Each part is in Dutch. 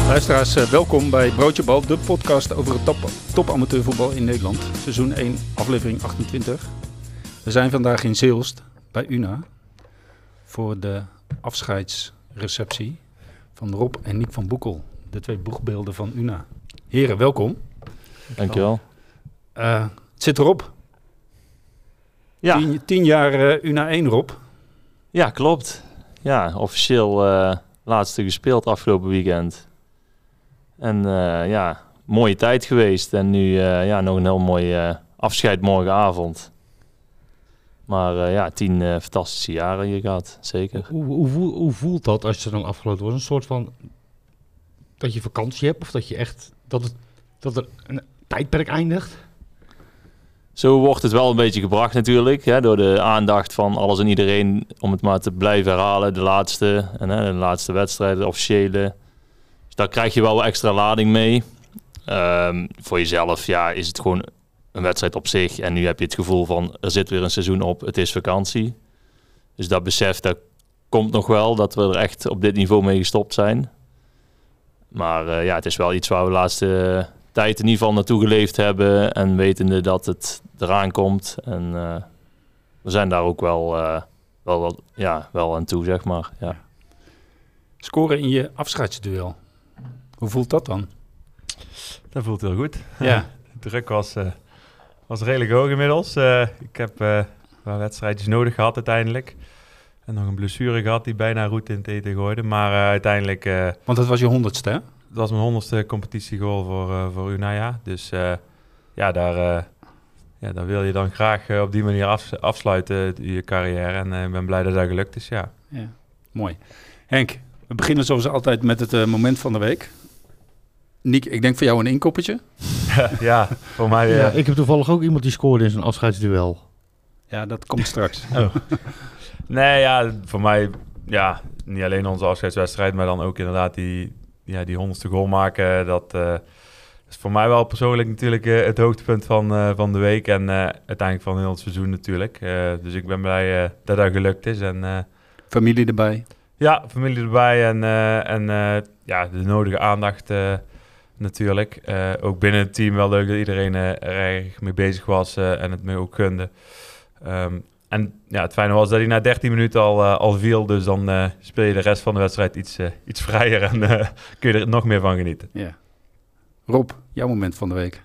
Luisteraars, welkom bij Broodje Bal, de podcast over het top amateurvoetbal in Nederland. Seizoen 1, aflevering 28. We zijn vandaag in Zeelst bij Una voor de afscheidsreceptie van Rob en Nick van Boekel, de twee boegbeelden van Una. Heren, welkom. Dankjewel. Het zit erop. Ja. 10 jaar Una 1, Rob. Ja, klopt. Ja, officieel laatste gespeeld afgelopen weekend. En mooie tijd geweest. En nu nog een heel mooi afscheid morgenavond. Maar 10 fantastische jaren hier gehad, zeker. Hoe voelt dat als je dan afgelopen wordt? Een soort van dat je vakantie hebt of dat je echt dat er een tijdperk eindigt? Zo wordt het wel een beetje gebracht natuurlijk, hè, door de aandacht van alles en iedereen om het maar te blijven herhalen. De laatste wedstrijd, de officiële. Dus daar krijg je wel extra lading mee. Voor jezelf is het gewoon een wedstrijd op zich. En nu heb je het gevoel van er zit weer een seizoen op, het is vakantie. Dus dat besef, dat komt nog wel, dat we er echt op dit niveau mee gestopt zijn. Maar het is wel iets waar we de laatste tijd in ieder geval naartoe geleefd hebben en wetende dat het eraan komt. En we zijn daar ook wel aan toe, zeg maar. Ja. Scoren in je afscheidsduel. Hoe voelt dat dan? Dat voelt heel goed. Ja. De druk was redelijk hoog inmiddels. Ik heb wel wedstrijdjes nodig gehad uiteindelijk. En nog een blessure gehad die bijna roet in het eten gooide. Maar uiteindelijk... Want dat was je 100ste, hè? Dat was mijn 100ste competitiegoal voor Unaya. Dus daar wil je dan graag op die manier afsluiten je carrière. En ik ben blij dat dat gelukt is, ja. Mooi. Henk, we beginnen zoals altijd met het moment van de week. Niek, ik denk voor jou een inkoppertje. Ja, voor mij... Ja, ik heb toevallig ook iemand die scoorde in zijn afscheidsduel. Ja, dat komt straks. Oh. Nee, ja, voor mij... Ja, niet alleen onze afscheidswedstrijd, maar dan ook inderdaad die 100ste goal maken. Dat is voor mij wel persoonlijk natuurlijk het hoogtepunt van de week. En uiteindelijk van heel het seizoen natuurlijk. Dus ik ben blij dat dat gelukt is. En, familie erbij? Ja, familie erbij en de nodige aandacht natuurlijk. Ook binnen het team wel leuk dat iedereen er erg mee bezig was en het me ook gunde. En ja, het fijne was dat hij na 13 minuten al viel. Dus dan speel je de rest van de wedstrijd iets vrijer en kun je er nog meer van genieten. Ja. Rob, jouw moment van de week?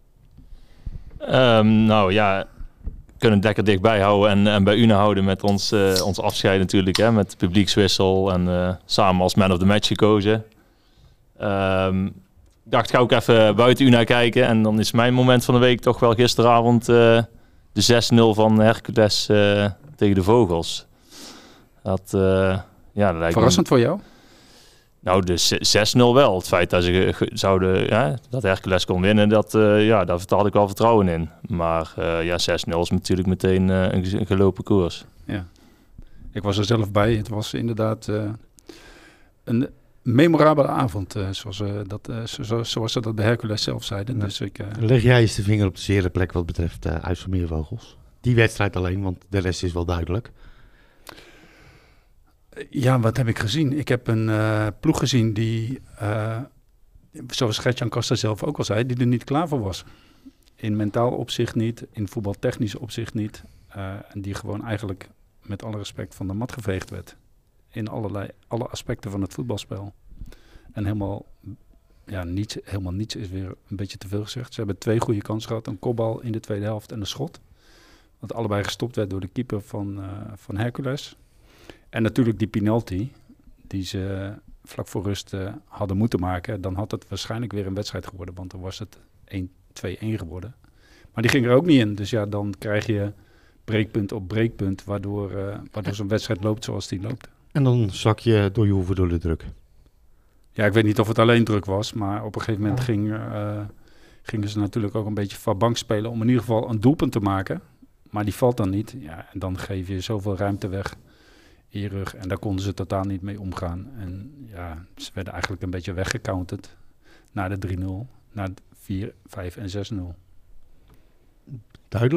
We kunnen het lekker dichtbij houden en bij Una houden met ons afscheid natuurlijk. Hè, met publiekswissel en samen als man of the match gekozen. Ik dacht, ga ook even buiten Una kijken. En dan is mijn moment van de week toch wel gisteravond... de 6-0 van Hercules tegen de Vogels. Dat lijkt verrassend voor jou? Nou, de 6-0 wel. Het feit dat ze dat Hercules kon winnen, daar had ik wel vertrouwen in. Maar 6-0 is natuurlijk meteen een gelopen koers. Ja, ik was er zelf bij. Het was inderdaad een memorabele avond, zoals ze dat bij Hercules zelf zeiden. Ja. Dus Leg jij eens de vinger op de zere plek wat betreft IJsselmeervogels? Die wedstrijd alleen, want de rest is wel duidelijk. Ja, wat heb ik gezien? Ik heb een ploeg gezien die, zoals Gert-Jan Kasta zelf ook al zei, die er niet klaar voor was. In mentaal opzicht niet, in voetbaltechnisch opzicht niet. En die gewoon eigenlijk met alle respect van de mat geveegd werd. In alle aspecten van het voetbalspel. En helemaal niets is weer een beetje te veel gezegd. Ze hebben 2 goede kansen gehad. Een kopbal in de tweede helft en een schot. Wat allebei gestopt werd door de keeper van Hercules. En natuurlijk die penalty die ze vlak voor rust hadden moeten maken. Dan had het waarschijnlijk weer een wedstrijd geworden. Want dan was het 2-1 geworden. Maar die ging er ook niet in. Dus ja, dan krijg je breekpunt op breekpunt. Waardoor zo'n wedstrijd loopt zoals die loopt. En dan zak je door je hoeven door de druk. Ja, ik weet niet of het alleen druk was. Maar op een gegeven moment gingen ze natuurlijk ook een beetje van bank spelen. Om in ieder geval een doelpunt te maken. Maar die valt dan niet. Ja, en dan geef je zoveel ruimte weg in je rug. En daar konden ze totaal niet mee omgaan. En ja, ze werden eigenlijk een beetje weggecounterd. Na de 3-0. Naar 4, 5 en 6-0. Duidelijk.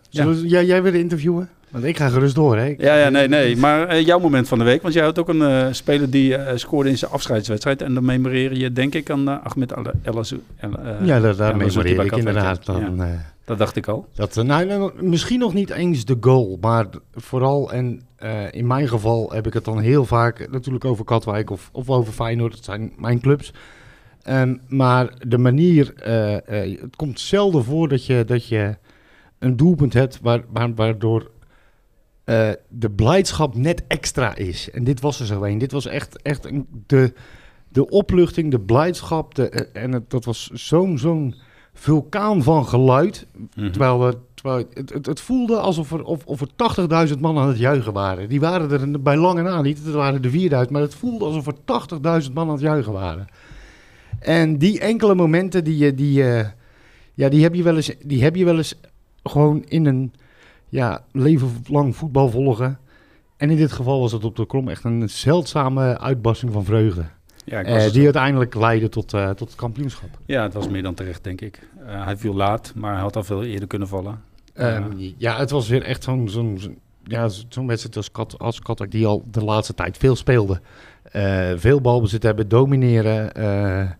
Jij willen interviewen? Want ik ga gerust door, hè? Nee. Maar jouw moment van de week, want jij had ook een speler die scoorde in zijn afscheidswedstrijd. En dan memoreer je denk ik aan Ahmed El-Azou. Daar memoreer ik inderdaad. Dat dacht ik al. Misschien nog niet eens de goal, maar vooral, en in mijn geval heb ik het dan heel vaak natuurlijk over Katwijk of over Feyenoord. Dat zijn mijn clubs. Maar de manier, het komt zelden voor dat je een doelpunt hebt waardoor de blijdschap net extra is. En dit was er zo een. Dit was echt de opluchting, de blijdschap. Dat was zo'n vulkaan van geluid. Mm-hmm. Terwijl het voelde alsof er 80.000 man aan het juichen waren. Die waren er bij lange na niet. Het waren er 4.000. Maar het voelde alsof er 80.000 man aan het juichen waren. En die enkele momenten die heb je wel eens gewoon in een leven lang voetbal volgen. En in dit geval was het op de Krom echt een zeldzame uitbarsting van vreugde. Ja, die uiteindelijk leidde tot het kampioenschap. Ja, het was meer dan terecht, denk ik. Hij viel laat, maar hij had al veel eerder kunnen vallen. Het was weer echt zo'n wedstrijd als Katwijk die al de laatste tijd veel speelde. Veel balbezit hebben, domineren.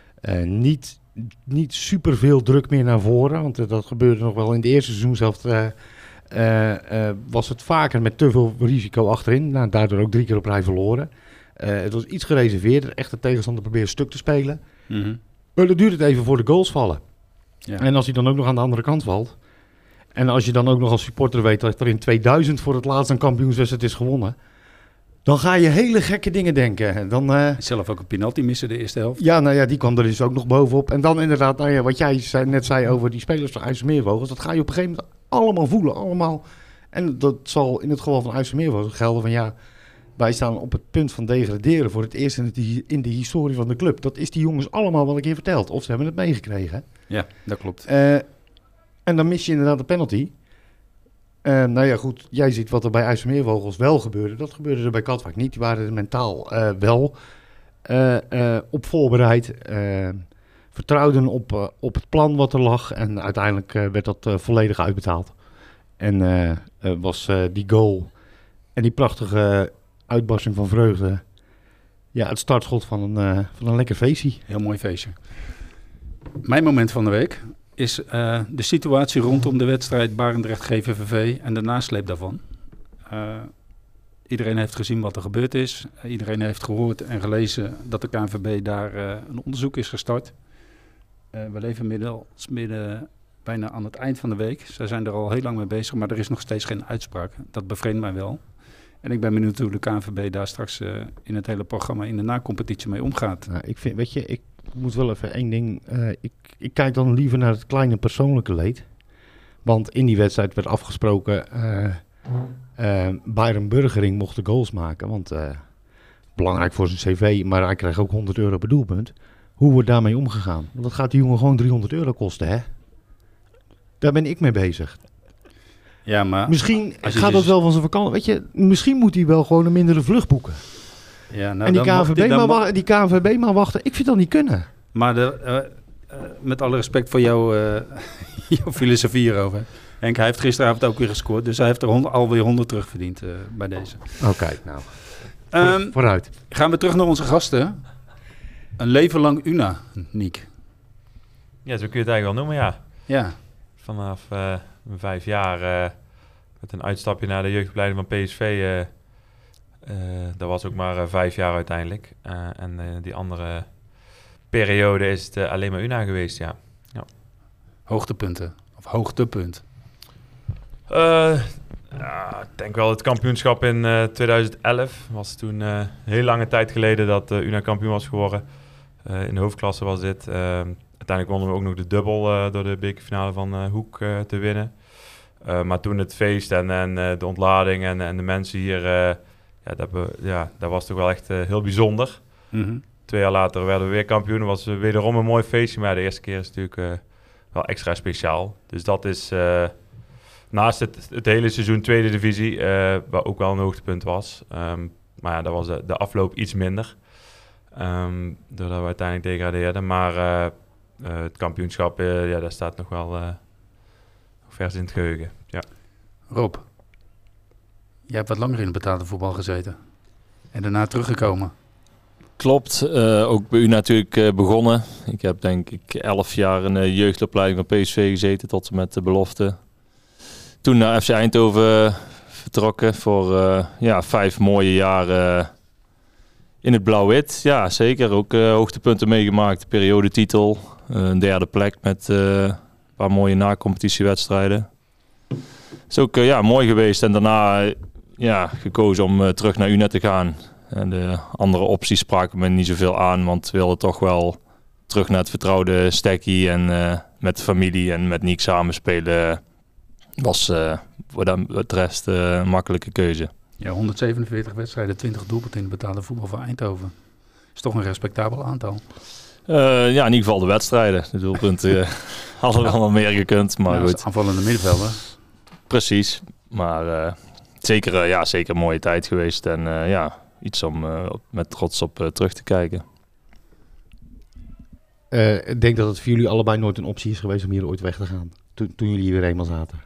Niet super veel druk meer naar voren, want dat gebeurde nog wel in de eerste seizoen zelf. Was het vaker met te veel risico achterin. Daardoor ook 3 keer op rij verloren. Het was iets gereserveerder. Echt de tegenstander proberen stuk te spelen. Mm-hmm. Maar dan duurt het even voor de goals vallen. Ja. En als hij dan ook nog aan de andere kant valt. En als je dan ook nog als supporter weet dat er in 2000 voor het laatst een kampioenswedstrijd is gewonnen. Dan ga je hele gekke dingen denken. Zelf ook een penalty missen de eerste helft. Ja, die kwam er dus ook nog bovenop. En dan inderdaad, wat jij net zei over die spelers van IJsselmeervogels. Dat ga je op een gegeven moment allemaal voelen. Allemaal. En dat zal in het geval van IJsselmeervogels gelden van wij staan op het punt van degraderen voor het eerst in de historie van de club. Dat is die jongens allemaal wel een keer verteld. Of ze hebben het meegekregen. Ja, dat klopt. En dan mis je inderdaad de penalty. Goed, jij ziet wat er bij IJsselmeervogels wel gebeurde. Dat gebeurde er bij Katwijk niet. Die waren er mentaal wel op voorbereid. Vertrouwden op het plan wat er lag. En uiteindelijk werd dat volledig uitbetaald. En was die goal en die prachtige uitbarsting van vreugde het startschot van een lekker feestje. Heel mooi feestje. Mijn moment van de week is de situatie rondom de wedstrijd Barendrecht-GVVV en de nasleep daarvan. Iedereen heeft gezien wat er gebeurd is. Iedereen heeft gehoord en gelezen dat de KNVB daar een onderzoek is gestart. We leven inmiddels bijna aan het eind van de week. Ze zijn er al heel lang mee bezig, maar er is nog steeds geen uitspraak. Dat bevreemdt mij wel. En ik ben benieuwd hoe de KNVB daar straks in het hele programma in de na-competitie mee omgaat. Nou, ik moet wel even één ding. Ik kijk dan liever naar het kleine persoonlijke leed. Want in die wedstrijd werd afgesproken, Byron Burgering mocht de goals maken. Want belangrijk voor zijn cv, maar hij kreeg ook €100 per doelpunt. Hoe wordt daarmee omgegaan? Want dat gaat die jongen gewoon €300 kosten, hè? Daar ben ik mee bezig. Ja, maar misschien gaat dat wel van zijn vakantie. Weet je, misschien moet hij wel gewoon een mindere vlucht boeken. Ja, nou, en die KNVB maar wachten. Ik vind dat niet kunnen. Maar met alle respect voor jouw filosofie hierover. Henk, hij heeft gisteravond ook weer gescoord. Dus hij heeft er alweer 100 terugverdiend bij deze. Oké, nou. Vooruit. Gaan we terug naar onze gasten. Een leven lang Una, Niek. Ja, zo kun je het eigenlijk wel noemen, ja. Ja. Vanaf 5 jaar met een uitstapje naar de jeugdopleiding van PSV. Dat was ook maar 5 jaar uiteindelijk. En die andere periode is het alleen maar Una geweest, ja. Hoogtepunten, of hoogtepunt? Ik denk wel het kampioenschap in 2011. Was toen een heel lange tijd geleden dat Una kampioen was geworden. In de hoofdklasse was dit. Uiteindelijk wonnen we ook nog de dubbel door de bekerfinale van Hoek te winnen. Maar toen het feest en de ontlading en de mensen hier, dat was toch wel echt heel bijzonder. Mm-hmm. 2 jaar later werden we weer kampioen. Dat was wederom een mooi feestje, maar de eerste keer is natuurlijk wel extra speciaal. Dus dat is naast het hele seizoen tweede divisie, waar ook wel een hoogtepunt was. Maar ja, dat was de afloop iets minder. Doordat we uiteindelijk degradeerden. Maar het kampioenschap, daar staat nog wel vers in het geheugen. Ja. Rob, jij hebt wat langer in het betaalde voetbal gezeten. En daarna teruggekomen. Klopt, ook bij u natuurlijk begonnen. Ik heb denk ik 11 jaar in de jeugdopleiding van PSV gezeten tot en met de belofte. Toen naar FC Eindhoven vertrokken voor 5 mooie jaren in het blauw-wit. Ja, zeker. Ook hoogtepunten meegemaakt. Periodetitel, een 3e plek met een paar mooie na-competitiewedstrijden. Is ook mooi geweest en daarna gekozen om terug naar UNED te gaan. En de andere opties spraken me niet zoveel aan, want we wilden toch wel terug naar het vertrouwde stekkie en met de familie en met Niek samenspelen was voor de rest een makkelijke keuze. Ja, 147 wedstrijden, 20 doelpunten in het betaalde voetbal van Eindhoven. Is toch een respectabel aantal. In ieder geval de wedstrijden. De doelpunten hadden wel wat meer gekund, maar goed. Aanvallende middenvelder. Precies, maar zeker een mooie tijd geweest en iets om met trots op terug te kijken. Ik denk dat het voor jullie allebei nooit een optie is geweest om hier ooit weg te gaan. Toen jullie hier weer eenmaal zaten.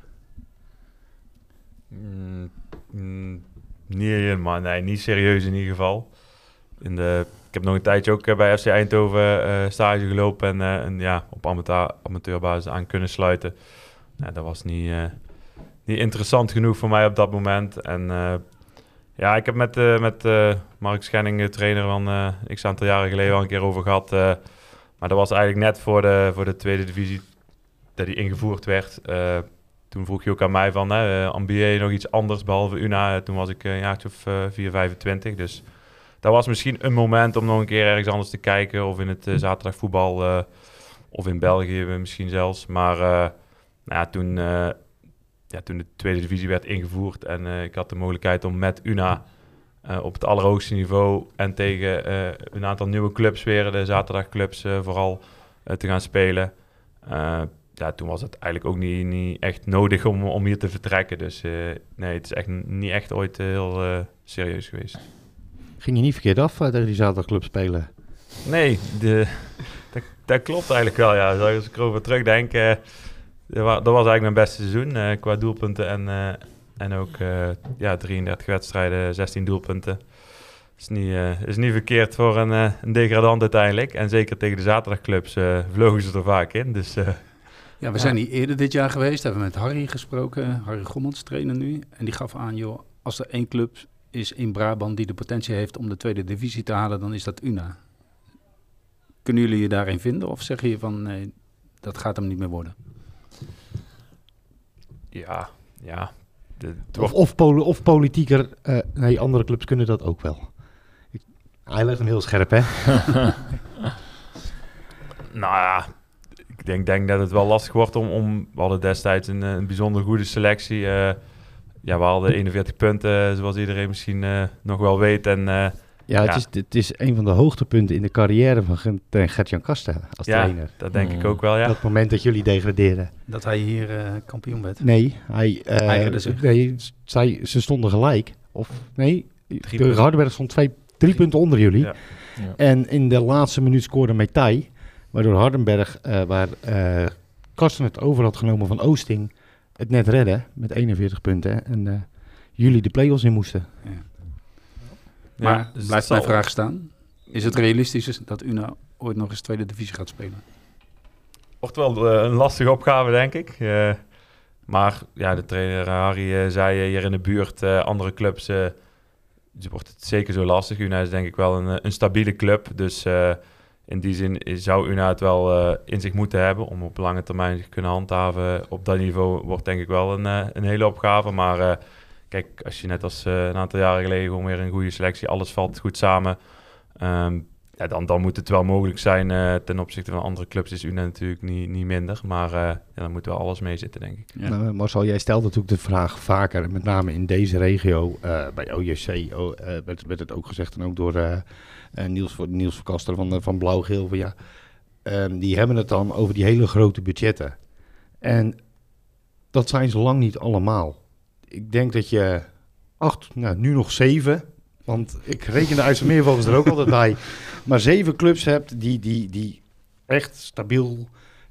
Niet helemaal, nee, niet serieus in ieder geval. Ik heb nog een tijdje ook bij FC Eindhoven stage gelopen en op amateurbasis aan kunnen sluiten. Dat was niet interessant genoeg voor mij op dat moment. En ik heb met Mark Schenning, de trainer van x aantal jaren geleden, al een keer over gehad. Maar dat was eigenlijk net voor de tweede divisie dat die ingevoerd werd. Toen vroeg je ook aan mij van, ambieer je nog iets anders behalve UNA? Toen was ik een jaartje of 25. Dus dat was misschien een moment om nog een keer ergens anders te kijken. Of in het zaterdagvoetbal of in België misschien zelfs. Maar toen de tweede divisie werd ingevoerd en ik had de mogelijkheid om met UNA op het allerhoogste niveau en tegen een aantal nieuwe clubs weer, de zaterdagclubs vooral, te gaan spelen. Toen was het eigenlijk ook niet echt nodig om hier te vertrekken. Dus nee, het is echt niet echt ooit heel serieus geweest. Ging je niet verkeerd af tegen die zaterdagclub spelen? Nee, dat klopt eigenlijk wel. Ja. Als ik erover terugdenk, dat was eigenlijk mijn beste seizoen qua doelpunten en ook 33 wedstrijden, 16 doelpunten. Is niet verkeerd voor een degradant uiteindelijk. En zeker tegen de zaterdagclubs vlogen ze er vaak in. Dus... we zijn hier eerder dit jaar geweest, hebben met Harry gesproken, Harry Gommels, trainer nu. En die gaf aan, joh, als er 1 club is in Brabant die de potentie heeft om de tweede divisie te halen, dan is dat UNA. Kunnen jullie je daarin vinden of zeg je van, nee, dat gaat hem niet meer worden? Ja. Of politieker, nee, andere clubs kunnen dat ook wel. Hij legt hem heel scherp, hè? Nou ja, ik denk dat het wel lastig wordt we hadden destijds een bijzonder goede selectie. We hadden 41 punten, zoals iedereen misschien nog wel weet. En, Het is een van de hoogtepunten in de carrière van Gert-Jan Kasten als trainer. Dat denk ik ook wel, ja. Dat moment dat jullie degraderen. Dat hij hier kampioen werd? Nee, ze stonden gelijk. Hardenberg stond 3 punten onder jullie. Ja. Ja. En in de laatste minuut scoorde Metai, waardoor Hardenberg, waar Kasten het over had genomen van Oosting, het net redden met 41 punten. En jullie de play-offs in moesten. Ja. Maar dus blijft mijn vraag staan. Is het realistisch dat UNA ooit nog eens tweede divisie gaat spelen? Wordt wel een lastige opgave, denk ik. Maar de trainer Harry zei hier in de buurt, andere clubs, wordt het zeker zo lastig. UNA is denk ik wel een stabiele club. Dus in die zin zou UNA het wel in zich moeten hebben om op lange termijn zich te kunnen handhaven. Op dat niveau wordt denk ik wel een hele opgave. Maar kijk, als je net als een aantal jaren geleden gewoon weer een goede selectie, alles valt goed samen. Dan moet het wel mogelijk zijn. Ten opzichte van andere clubs is UNA natuurlijk niet minder. Maar dan moet wel alles mee zitten, denk ik. Ja. Marcel, jij stelt natuurlijk de vraag vaker, met name in deze regio. Bij OJC werd het ook gezegd en ook door Niels Verkaster van Blauw-Geel. Die hebben het dan over die hele grote budgetten. En dat zijn ze lang niet allemaal. Ik denk dat je 8, nu nog 7... Want ik reken de IJsselmeervogels er ook altijd bij. Maar 7 clubs hebt die echt stabiel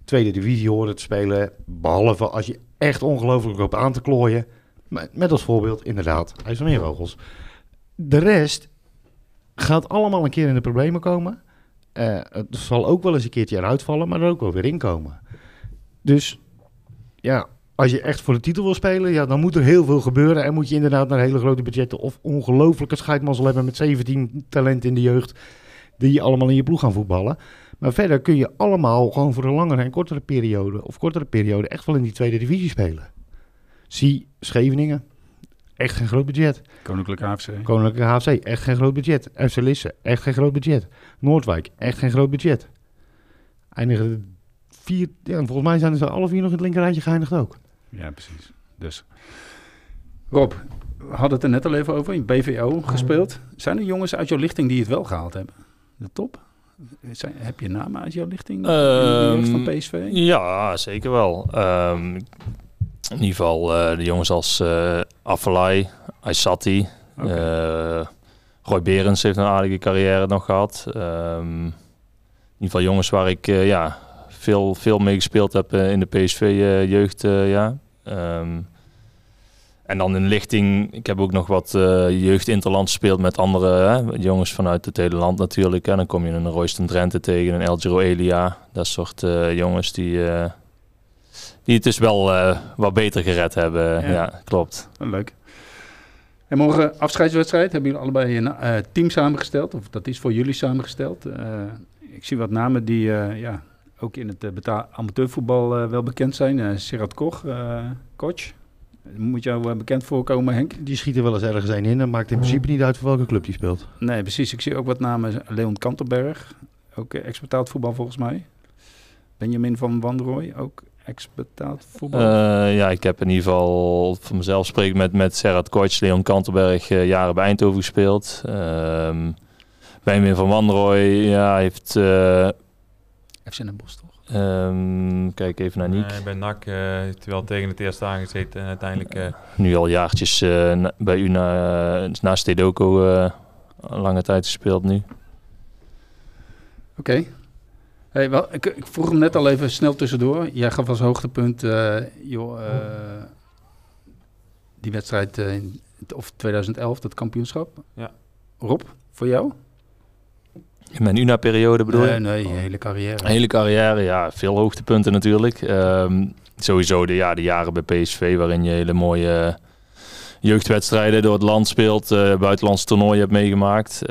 tweede divisie horen te spelen. Behalve als je echt ongelooflijk op aan te klooien. Met als voorbeeld inderdaad IJsselmeervogels. De rest gaat allemaal een keer in de problemen komen. Het zal ook wel eens een keertje eruit vallen, maar er ook wel weer inkomen. Dus ja, als je echt voor de titel wil spelen, ja, dan moet er heel veel gebeuren. En moet je inderdaad naar hele grote budgetten of ongelooflijke scheidmazzel hebben met 17 talenten in de jeugd die allemaal in je ploeg gaan voetballen. Maar verder kun je allemaal gewoon voor een langere en kortere periode echt wel in die tweede divisie spelen. Zie Scheveningen, echt geen groot budget. Koninklijke AFC. Koninklijke HFC, echt geen groot budget. FC Lisse, echt geen groot budget. Noordwijk, echt geen groot budget. Eindigen 4, ja, volgens mij zijn ze alle 4 nog in het linkerrijtje geëindigd ook. Ja, precies. Dus Rob, we hadden het er net al even over. In BVO gespeeld. Zijn er jongens uit jouw lichting die het wel gehaald hebben? De top? Heb je namen uit jouw lichting? In de jeugd van PSV? Ja, zeker wel. In ieder geval de jongens als Afellay, Aysati, Roy Berends heeft een aardige carrière nog gehad. In ieder geval jongens waar ik veel mee gespeeld heb in de PSV-jeugd. En dan in lichting, ik heb ook nog wat jeugd-interland gespeeld met andere jongens vanuit het hele land natuurlijk. En dan kom je een Royston Drenthe tegen, een El Giro Elia. Dat soort jongens die het dus wel wat beter gered hebben. Ja, klopt. Leuk. En morgen afscheidswedstrijd. Hebben jullie allebei een team samengesteld? Of dat is voor jullie samengesteld? Ik zie wat namen die ook in het amateurvoetbal wel bekend zijn. Serhat Koch, coach. Moet jou bekend voorkomen, Henk? Die schiet er wel eens ergens een in en maakt in principe niet uit voor welke club die speelt. Nee, precies. Ik zie ook wat namen. Leon Kanterberg, ook ex-betaald voetbal volgens mij. Benjamin van Wanrooy, ook ex-betaald voetbal. Ik heb in ieder geval voor mezelf spreken met Serhat Koch, Leon Kanterberg, jaren bij Eindhoven gespeeld. Benjamin van Wanrooy heeft... FC Den Bosch, toch? Kijk even naar Niek. Bij NAC heeft hij wel tegen het eerste aangezeten en uiteindelijk... Nu al jaartjes bij u na Stedoco lange tijd gespeeld nu. Oké. Hey, ik vroeg hem net al even snel tussendoor. Jij gaf als hoogtepunt die wedstrijd of 2011, dat kampioenschap. Ja. Rob, voor jou? In mijn UNA-periode bedoel je? Nee, je hele carrière. Hele carrière, ja. Veel hoogtepunten natuurlijk. Sowieso de jaren bij PSV waarin je hele mooie jeugdwedstrijden door het land speelt. Buitenlandse toernooien hebt meegemaakt.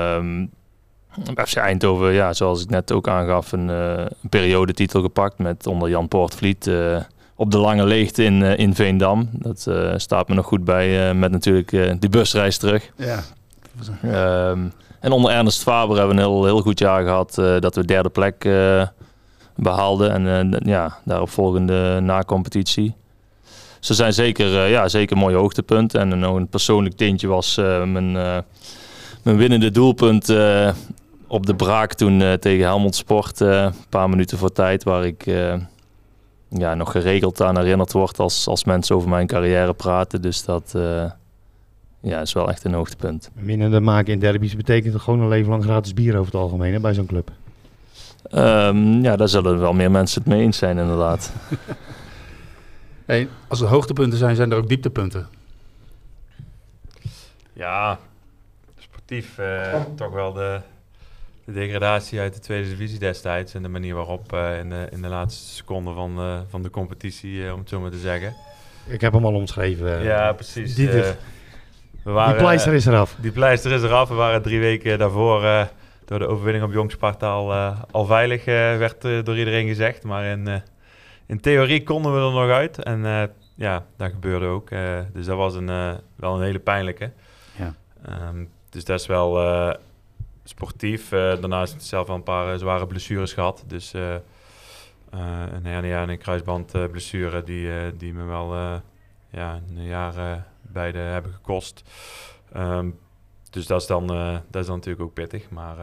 FC Eindhoven, zoals ik net ook aangaf, een periodetitel gepakt met onder Jan Poortvliet op de lange leegte in Veendam. Dat staat me nog goed bij met natuurlijk die busreis terug. Ja. En onder Ernest Faber hebben we een heel goed jaar gehad dat we derde plek behaalden. En daarop volgende na-competitie. Dus er zijn zeker mooie hoogtepunten. En nog een persoonlijk tintje was mijn winnende doelpunt op de Braak toen tegen Helmond Sport. Een paar minuten voor tijd waar ik nog geregeld aan herinnerd word als mensen over mijn carrière praten. Dus dat... is wel echt een hoogtepunt. Winnende maken in derbies betekent gewoon een leven lang gratis bier over het algemeen bij zo'n club. Daar zullen wel meer mensen het mee eens zijn inderdaad. Hey, als er hoogtepunten zijn er ook dieptepunten. Ja, sportief toch wel de degradatie uit de tweede divisie destijds. En de manier waarop in de laatste seconde van de competitie, om het zo maar te zeggen. Ik heb hem al omschreven. Ja, precies. Die pleister is eraf. Die pleister is eraf. We waren 3 weken daarvoor door de overwinning op Jong Sparta al veilig, werd door iedereen gezegd. Maar in theorie konden we er nog uit. En dat gebeurde ook. Dus dat was wel een hele pijnlijke. Ja. Dus dat is wel sportief. Daarnaast heb ik zelf wel een paar zware blessures gehad. Dus een hernia en een kruisbandblessure die me wel een jaar... beide hebben gekost. Dus dat is dan natuurlijk ook pittig. Maar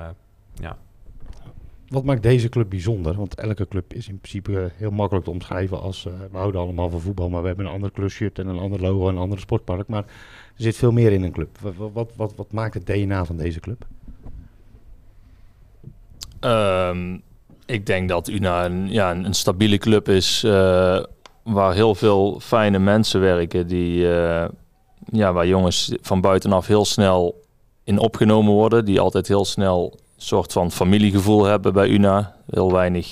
Wat maakt deze club bijzonder? Want elke club is in principe heel makkelijk te omschrijven als... we houden allemaal van voetbal, maar we hebben een ander clubshirt en een ander logo en een andere sportpark. Maar er zit veel meer in een club. Wat maakt het DNA van deze club? Ik denk dat Una een stabiele club is waar heel veel fijne mensen werken. Waar jongens van buitenaf heel snel in opgenomen worden. Die altijd heel snel een soort van familiegevoel hebben bij Una. Heel weinig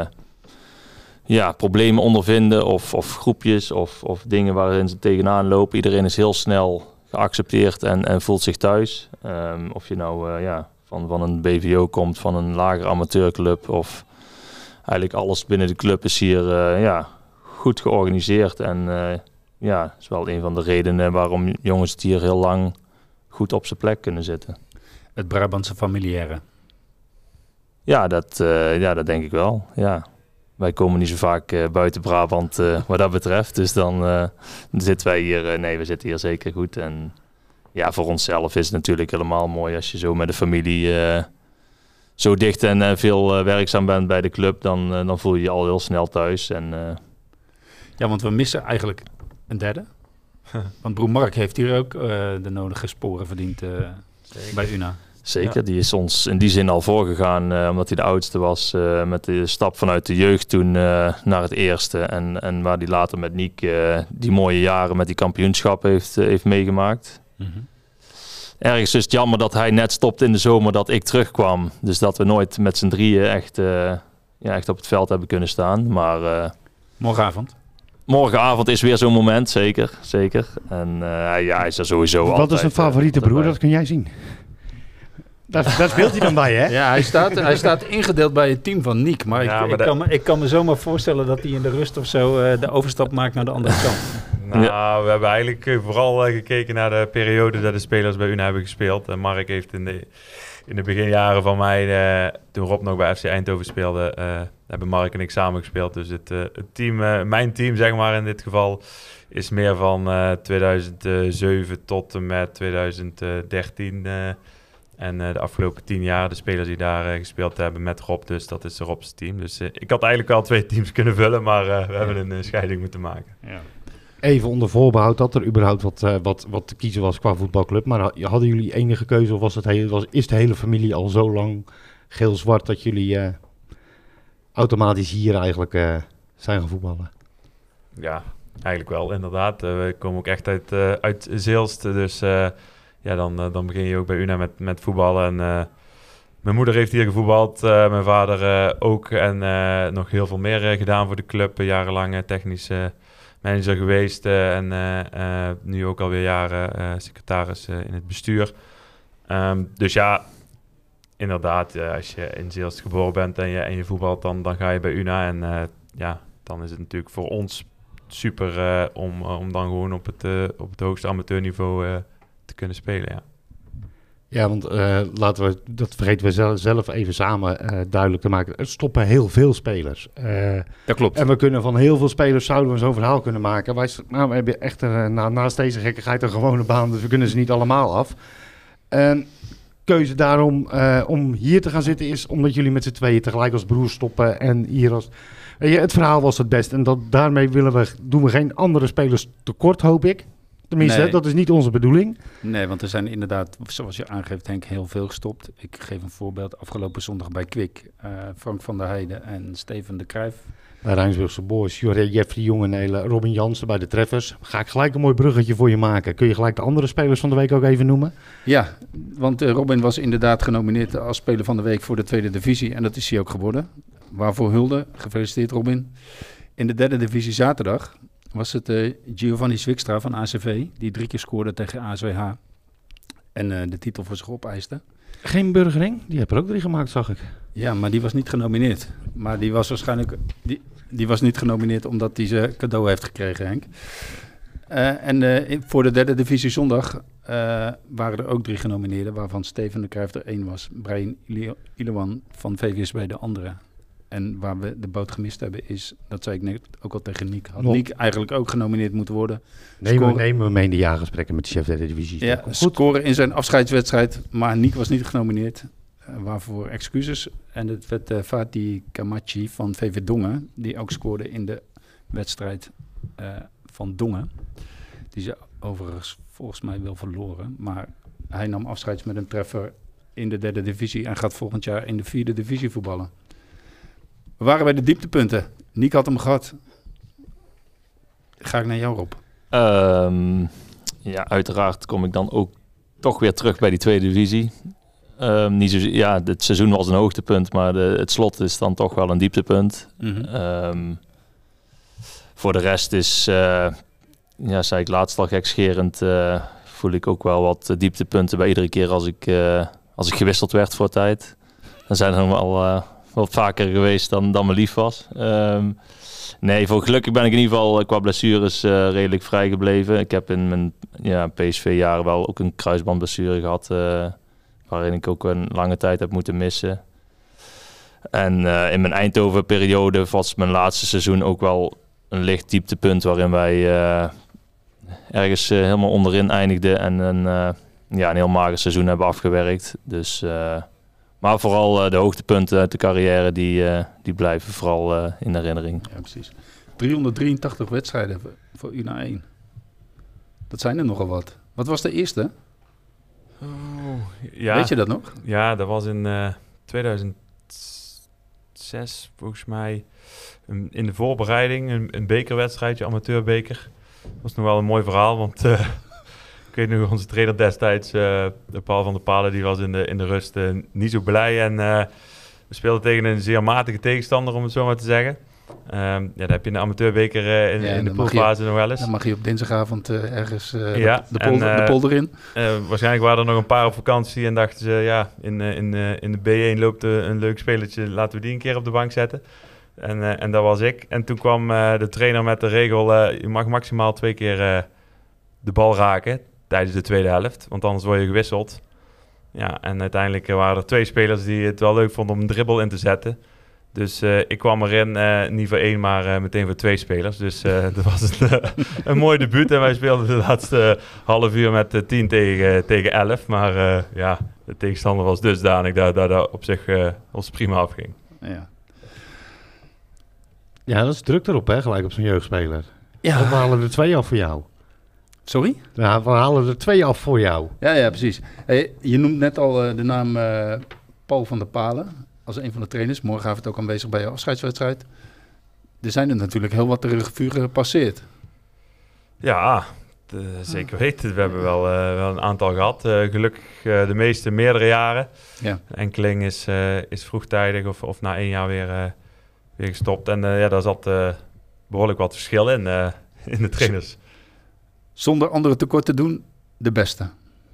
problemen ondervinden of groepjes of dingen waarin ze tegenaan lopen. Iedereen is heel snel geaccepteerd en voelt zich thuis. Of je nou van een BVO komt, van een lagere amateurclub of eigenlijk alles binnen de club is hier goed georganiseerd. En dat is wel een van de redenen waarom jongens het hier heel lang goed op zijn plek kunnen zitten. Het Brabantse familiaire. Ja, dat denk ik wel. Ja. Wij komen niet zo vaak buiten Brabant wat dat betreft. Dus dan zitten wij hier... we zitten hier zeker goed. En ja, voor onszelf is het natuurlijk helemaal mooi als je zo met de familie zo dicht en veel werkzaam bent bij de club. Dan voel je je al heel snel thuis. Ja, want we missen eigenlijk een derde. Want Broer Mark heeft hier ook de nodige sporen verdiend bij Una. Zeker, die is ons in die zin al voorgegaan, omdat hij de oudste was met de stap vanuit de jeugd toen naar het eerste. En waar hij later met Niek die mooie jaren met die kampioenschap heeft meegemaakt. Mm-hmm. Ergens is het jammer dat hij net stopte in de zomer dat ik terugkwam. Dus dat we nooit met z'n drieën echt op het veld hebben kunnen staan. Maar morgenavond is weer zo'n moment, zeker. En hij is er sowieso altijd. Wat is een favoriete broer? Dat kun jij zien. Daar speelt hij dan bij, hè? Ja, hij staat ingedeeld bij het team van Niek. Maar, ik kan me zomaar voorstellen dat hij in de rust of zo de overstap maakt naar de andere kant. We hebben eigenlijk vooral gekeken naar de periode dat de spelers bij Una hebben gespeeld. En Mark heeft in de beginjaren van mij, toen Rob nog bij FC Eindhoven speelde, hebben Mark en ik samen gespeeld. Dus het team, mijn team zeg maar in dit geval, is meer van 2007 tot en met 2013... En de afgelopen 10 jaar de spelers die daar gespeeld hebben met Rob. Dus dat is Rob's team. Dus ik had eigenlijk al 2 teams kunnen vullen. Maar we hebben een scheiding moeten maken. Ja. Even onder voorbehoud dat er überhaupt wat te kiezen was qua voetbalclub. Maar hadden jullie enige keuze of is de hele familie al zo lang geel-zwart dat jullie automatisch hier eigenlijk zijn gaan voetballen? Ja, eigenlijk wel inderdaad. We komen ook echt uit Zeelst. Dus... dan begin je ook bij Una met voetballen. En mijn moeder heeft hier gevoetbald, mijn vader ook. En nog heel veel meer gedaan voor de club. Jarenlang technisch manager geweest. En nu ook alweer jaren secretaris in het bestuur. Dus ja, inderdaad, als je in Zeelst geboren bent en je voetbalt, dan ga je bij Una. En dan is het natuurlijk voor ons super om dan gewoon op het hoogste amateurniveau te kunnen spelen, ja. Ja, want dat vergeten we zelf even samen duidelijk te maken. Er stoppen heel veel spelers. Dat klopt. En we kunnen van heel veel spelers zouden we zo'n verhaal kunnen maken. We hebben echt naast deze gekkigheid een gewone baan, dus we kunnen ze niet allemaal af. Keuze daarom om hier te gaan zitten is omdat jullie met z'n tweeën tegelijk als broers stoppen en hier als... het verhaal was het best en daarmee doen we geen andere spelers tekort, hoop ik. Tenminste, dat is niet onze bedoeling. Nee, want er zijn inderdaad, zoals je aangeeft, Henk, heel veel gestopt. Ik geef een voorbeeld. Afgelopen zondag bij Kwik, Frank van der Heijden en Steven de Cruijff. Bij Rijnsburgse Boys, Jeffrey Jongenelen, Robin Jansen bij de Treffers. Ga ik gelijk een mooi bruggetje voor je maken. Kun je gelijk de andere spelers van de week ook even noemen? Ja, want Robin was inderdaad genomineerd als speler van de week voor de tweede divisie. En dat is hij ook geworden. Waarvoor hulde. Gefeliciteerd, Robin. In de derde divisie zaterdag was het Giovanni Zwikstra van ACV, die 3 keer scoorde tegen ASWH en de titel voor zich opeiste. Geen Burgering? Die heb er ook 3 gemaakt, zag ik. Ja, maar die was niet genomineerd. Maar die was waarschijnlijk... Die was niet genomineerd omdat hij zijn cadeau heeft gekregen, Henk. Voor de derde divisie zondag waren er ook 3 genomineerden, waarvan Steven de Cruijff er 1 was. Brian Ilewan van VVSB de andere. En waar we de boot gemist hebben is, dat zei ik net ook al tegen Niek, had Niek eigenlijk ook genomineerd moeten worden. Nemen we mee in de jaargesprekken met de chef derde divisie. Ja, scoren in zijn afscheidswedstrijd, maar Niek was niet genomineerd. Waarvoor excuses. En het werd Fatih Kamachi van VV Dongen, die ook scoorde in de wedstrijd van Dongen. Die ze overigens volgens mij wel verloren. Maar hij nam afscheid met een treffer in de derde divisie en gaat volgend jaar in de 4e divisie voetballen. We waren bij de dieptepunten. Nick had hem gehad. Ga ik naar jou, Rob. Ja, uiteraard kom ik dan ook toch weer terug bij die tweede divisie. Niet zo, ja, het seizoen was een hoogtepunt, maar het slot is dan toch wel een dieptepunt. Voor de rest is, zei ik laatst al gekscherend, voel ik ook wel wat dieptepunten bij iedere keer als ik gewisseld werd voor tijd. Dan zijn er nog wel wat vaker geweest dan me lief was. Nee, voor gelukkig ben ik in ieder geval qua blessures redelijk vrij gebleven. Ik heb in mijn PSV-jaren wel ook een kruisbandblessure gehad, waarin ik ook een lange tijd heb moeten missen. En in mijn Eindhoven-periode was mijn laatste seizoen ook wel een licht dieptepunt, waarin wij ergens helemaal onderin eindigden en een heel mager seizoen hebben afgewerkt. Dus, maar vooral de hoogtepunten uit de carrière, die blijven vooral in herinnering. Ja, precies. 383 wedstrijden voor UNA 1. Dat zijn er nogal wat. Wat was de eerste? Weet je dat nog? Ja, dat was in 2006 volgens mij. In de voorbereiding, een bekerwedstrijdje, amateurbeker. Dat was nog wel een mooi verhaal, want ik weet nog, onze trainer destijds, Paul van der Palen, die was in de rust niet zo blij. En we speelden tegen een zeer matige tegenstander, om het zo maar te zeggen. Dat heb je in de amateurbeker in de poolfase nog wel eens. Dan mag je op dinsdagavond ergens de polder in. Waarschijnlijk waren er nog een paar op vakantie en dachten ze, in de B1 loopt een leuk spelertje, laten we die een keer op de bank zetten. En dat was ik. En toen kwam de trainer met de regel, je mag maximaal 2 keer de bal raken tijdens de tweede helft, want anders word je gewisseld. Ja, en uiteindelijk waren er 2 spelers die het wel leuk vonden om een dribbel in te zetten. Dus ik kwam erin, niet voor 1, maar meteen voor 2 spelers. Dus dat was een mooi debuut. En wij speelden de laatste half uur met 10 tegen 11. Maar de tegenstander was dusdanig dat op zich ons prima afging. Ja. Ja, dat is druk erop, hè, gelijk op zo'n jeugdspeler. Ja. We halen er 2 af voor jou. Sorry? Ja, we halen er 2 af voor jou. Ja, precies. Hey, je noemt net al de naam Paul van der Palen als een van de trainers. Morgenavond ook aanwezig bij je afscheidswedstrijd. Er zijn er natuurlijk heel wat de revue gepasseerd. Ja, zeker weten. We hebben wel een aantal gehad. Gelukkig de meeste meerdere jaren. Ja. Enkeling is vroegtijdig of na 1 jaar weer gestopt. En daar zat behoorlijk wat verschil in de trainers. Zonder anderen tekort te doen, de beste.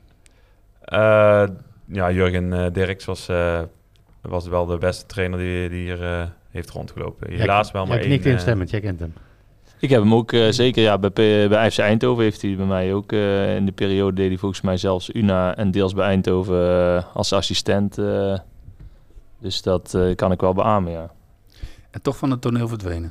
Jurgen Dirks was wel de beste trainer die hier heeft rondgelopen. Helaas wel maar 1. Jij knikt instemmend, jij kent hem. Ik heb hem ook zeker, bij FC Eindhoven heeft hij bij mij ook in de periode, deed hij volgens mij zelfs UNA en deels bij Eindhoven als assistent. Dus dat kan ik wel beamen, ja. En toch van het toneel verdwenen.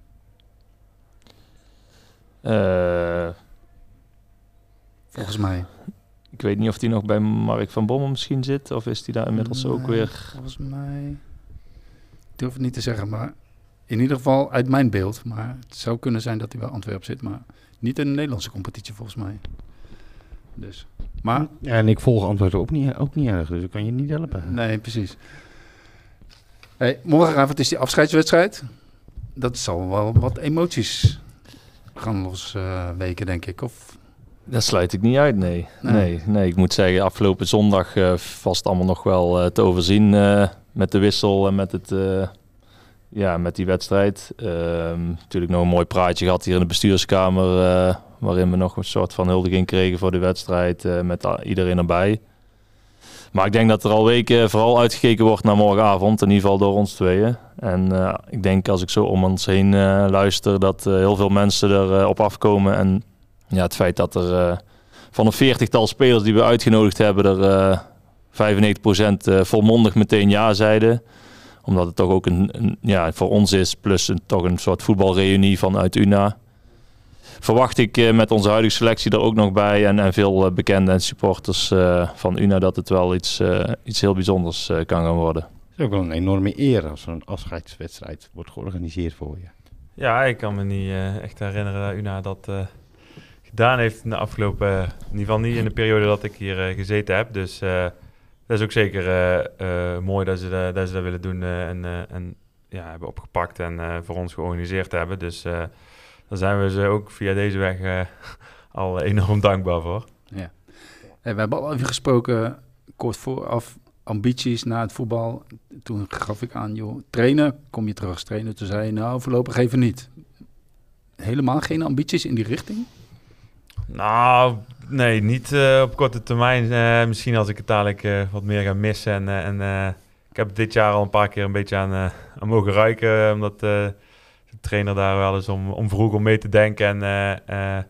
Volgens mij. Ik weet niet of hij nog bij Mark van Bommel misschien zit, of is hij daar inmiddels ook weer... Volgens mij... Ik durf het niet te zeggen, maar in ieder geval uit mijn beeld. Maar het zou kunnen zijn dat hij bij Antwerpen zit, maar niet in de Nederlandse competitie volgens mij. Dus, maar... Ja, en ik volg Antwerpen ook niet erg, dus ik kan je niet helpen. Nee, precies. Hey, morgenavond is die afscheidswedstrijd. Dat zal wel wat emoties gaan losweken, denk ik, of... Dat sluit ik niet uit, nee. Nee, ik moet zeggen, afgelopen zondag was het allemaal nog wel te overzien met de wissel en met die wedstrijd. Natuurlijk nog een mooi praatje gehad hier in de bestuurskamer, waarin we nog een soort van huldiging kregen voor de wedstrijd met iedereen erbij. Maar ik denk dat er al weken vooral uitgekeken wordt naar morgenavond, in ieder geval door ons tweeën. En ik denk als ik zo om ons heen luister, dat heel veel mensen erop afkomen. En ja, het feit dat er van een 40-tal spelers die we uitgenodigd hebben, er 95% volmondig meteen ja zeiden. Omdat het toch ook voor ons is, plus toch een soort voetbalreunie vanuit UNA. Verwacht ik met onze huidige selectie er ook nog bij en veel bekenden en supporters van UNA dat het wel iets heel bijzonders kan gaan worden. Het is ook wel een enorme eer als zo'n afscheidswedstrijd wordt georganiseerd voor je. Ja, ik kan me niet echt herinneren dat UNA dat gedaan heeft in de afgelopen... in ieder geval niet in de periode dat ik hier gezeten heb. Dus dat is ook zeker mooi dat ze dat willen doen. En hebben opgepakt en voor ons georganiseerd hebben. Dus daar zijn we ze ook via deze weg al enorm dankbaar voor. Ja. We hebben al even gesproken, kort vooraf, ambities na het voetbal. Toen gaf ik aan, joh, trainen, kom je terug als trainer? Toen zei je, nou, voorlopig even niet. Helemaal geen ambities in die richting? Nou, nee, niet op korte termijn. Misschien als ik het dadelijk wat meer ga missen. En ik heb dit jaar al een paar keer een beetje aan mogen ruiken. Omdat de trainer daar wel eens om vroeg om mee te denken. En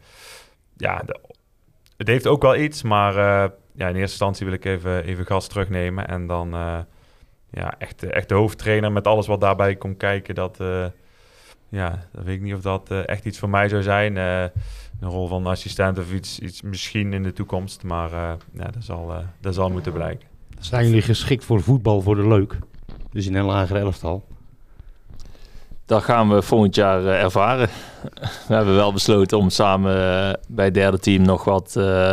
het heeft ook wel iets. Maar in eerste instantie wil ik even gas terugnemen. En dan echt de hoofdtrainer met alles wat daarbij komt kijken. Dat weet ik niet of dat echt iets voor mij zou zijn. Een rol van assistent of iets misschien in de toekomst. Maar dat zal moeten blijken. Zijn jullie geschikt voor voetbal voor de leuk? Dus in een lager elftal? Dat gaan we volgend jaar ervaren. We hebben wel besloten om samen bij het derde team nog wat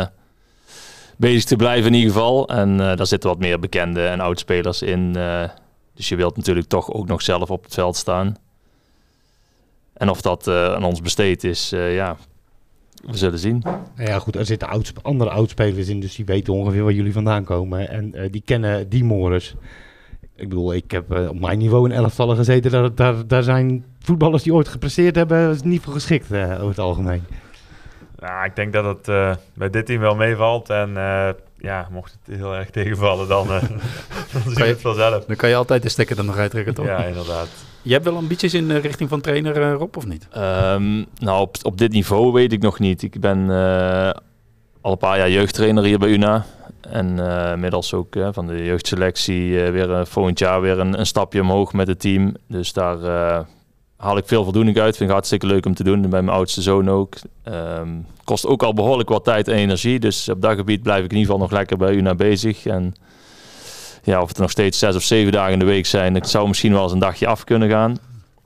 bezig te blijven in ieder geval. En daar zitten wat meer bekende en oudspelers in. Dus je wilt natuurlijk toch ook nog zelf op het veld staan. En of dat aan ons besteed is, we zullen zien. Nou ja, goed, er zitten andere oudspelers in, dus die weten ongeveer waar jullie vandaan komen. En die kennen die mores. Ik bedoel, ik heb op mijn niveau in elftallen gezeten. Daar zijn voetballers die ooit gepresteerd hebben, dat is niet voor geschikt over het algemeen. Nou, ik denk dat het bij dit team wel meevalt. En mocht het heel erg tegenvallen, dan zie je het vanzelf. Dan kan je altijd de stekker er nog uittrekken, toch? Ja, inderdaad. Je hebt wel ambities in de richting van trainer, Rob, of niet? Op dit niveau weet ik nog niet. Ik ben al een paar jaar jeugdtrainer hier bij UNA. En inmiddels ook van de jeugdselectie volgend jaar weer een stapje omhoog met het team. Dus daar haal ik veel voldoening uit. Vind ik hartstikke leuk om te doen. Bij mijn oudste zoon ook. Kost ook al behoorlijk wat tijd en energie. Dus op dat gebied blijf ik in ieder geval nog lekker bij UNA bezig. En ja, of het er nog steeds 6 of 7 dagen in de week zijn. Het zou misschien wel eens een dagje af kunnen gaan.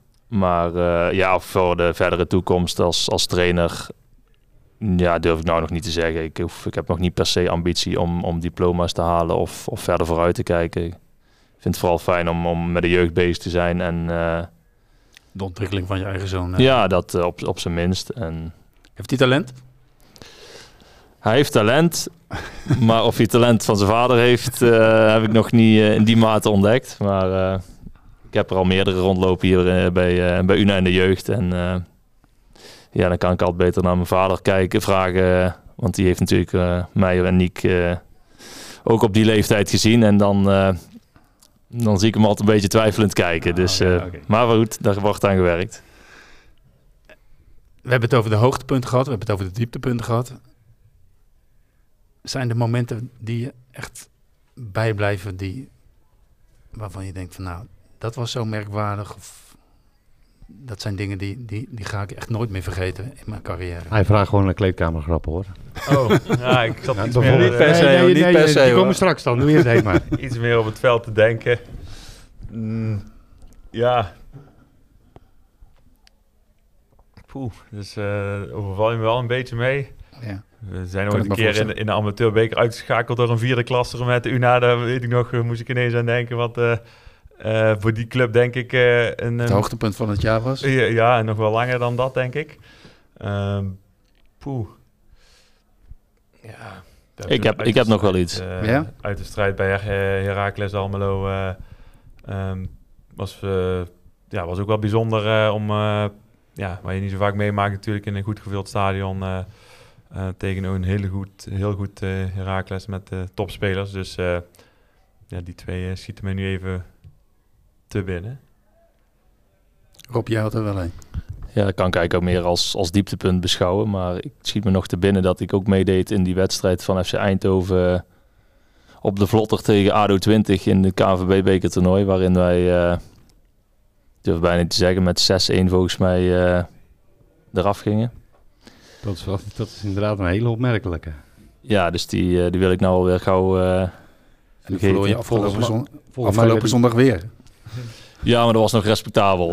Maar voor de verdere toekomst als trainer, durf ik nou nog niet te zeggen. Ik heb nog niet per se ambitie om diploma's te halen of verder vooruit te kijken. Ik vind het vooral fijn om met de jeugd bezig te zijn. En de ontwikkeling van je eigen zoon. Dat op zijn minst. En heeft hij talent? Hij heeft talent, maar of hij talent van zijn vader heeft, heb ik nog niet in die mate ontdekt. Maar ik heb er al meerdere rondlopen hier bij UNA in de jeugd. En dan kan ik altijd beter naar mijn vader vragen. Want die heeft natuurlijk mij en Niek ook op die leeftijd gezien. En dan zie ik hem altijd een beetje twijfelend kijken. Okay. Maar goed, daar wordt aan gewerkt. We hebben het over de hoogtepunten gehad, we hebben het over de dieptepunten gehad. Zijn er momenten die je echt bijblijven waarvan je denkt van nou, dat was zo merkwaardig, of dat zijn dingen die ga ik echt nooit meer vergeten in mijn carrière? Hij vraagt gewoon een kleedkamergrappen, hoor. Oh, ja, ik zat iets meer... Niet per se, die komen straks dan, doe je het maar. Iets meer op het veld te denken. Dus overval je me wel een beetje mee. Ja. We zijn ooit een keer in de amateurbeker uitgeschakeld door een 4e klasser met de UNA. Daar weet ik nog, moest ik ineens aan denken. Wat voor die club denk ik... het hoogtepunt van het jaar was? Ja, en nog wel langer dan dat, denk ik. Ik heb nog wel iets. Uit de strijd bij Heracles Almelo was ook wel bijzonder om... waar je niet zo vaak meemaakt natuurlijk in een goed gevuld stadion... tegen een heel goed Heracles met topspelers. Dus die twee schieten mij nu even te binnen. Rob, jij had er wel een. Ja, dat kan ik eigenlijk ook meer als dieptepunt beschouwen. Maar ik schiet me nog te binnen dat ik ook meedeed in die wedstrijd van FC Eindhoven op de Vlotter tegen ADO 20 in de KNVB-bekertoernooi. Waarin wij, durf bijna niet te zeggen, met 6-1 volgens mij eraf gingen. Dat is inderdaad een hele opmerkelijke. Ja, dus die wil ik nou alweer gauw en die verloor je afgelopen zondag weer. Ja, maar dat was nog respectabel.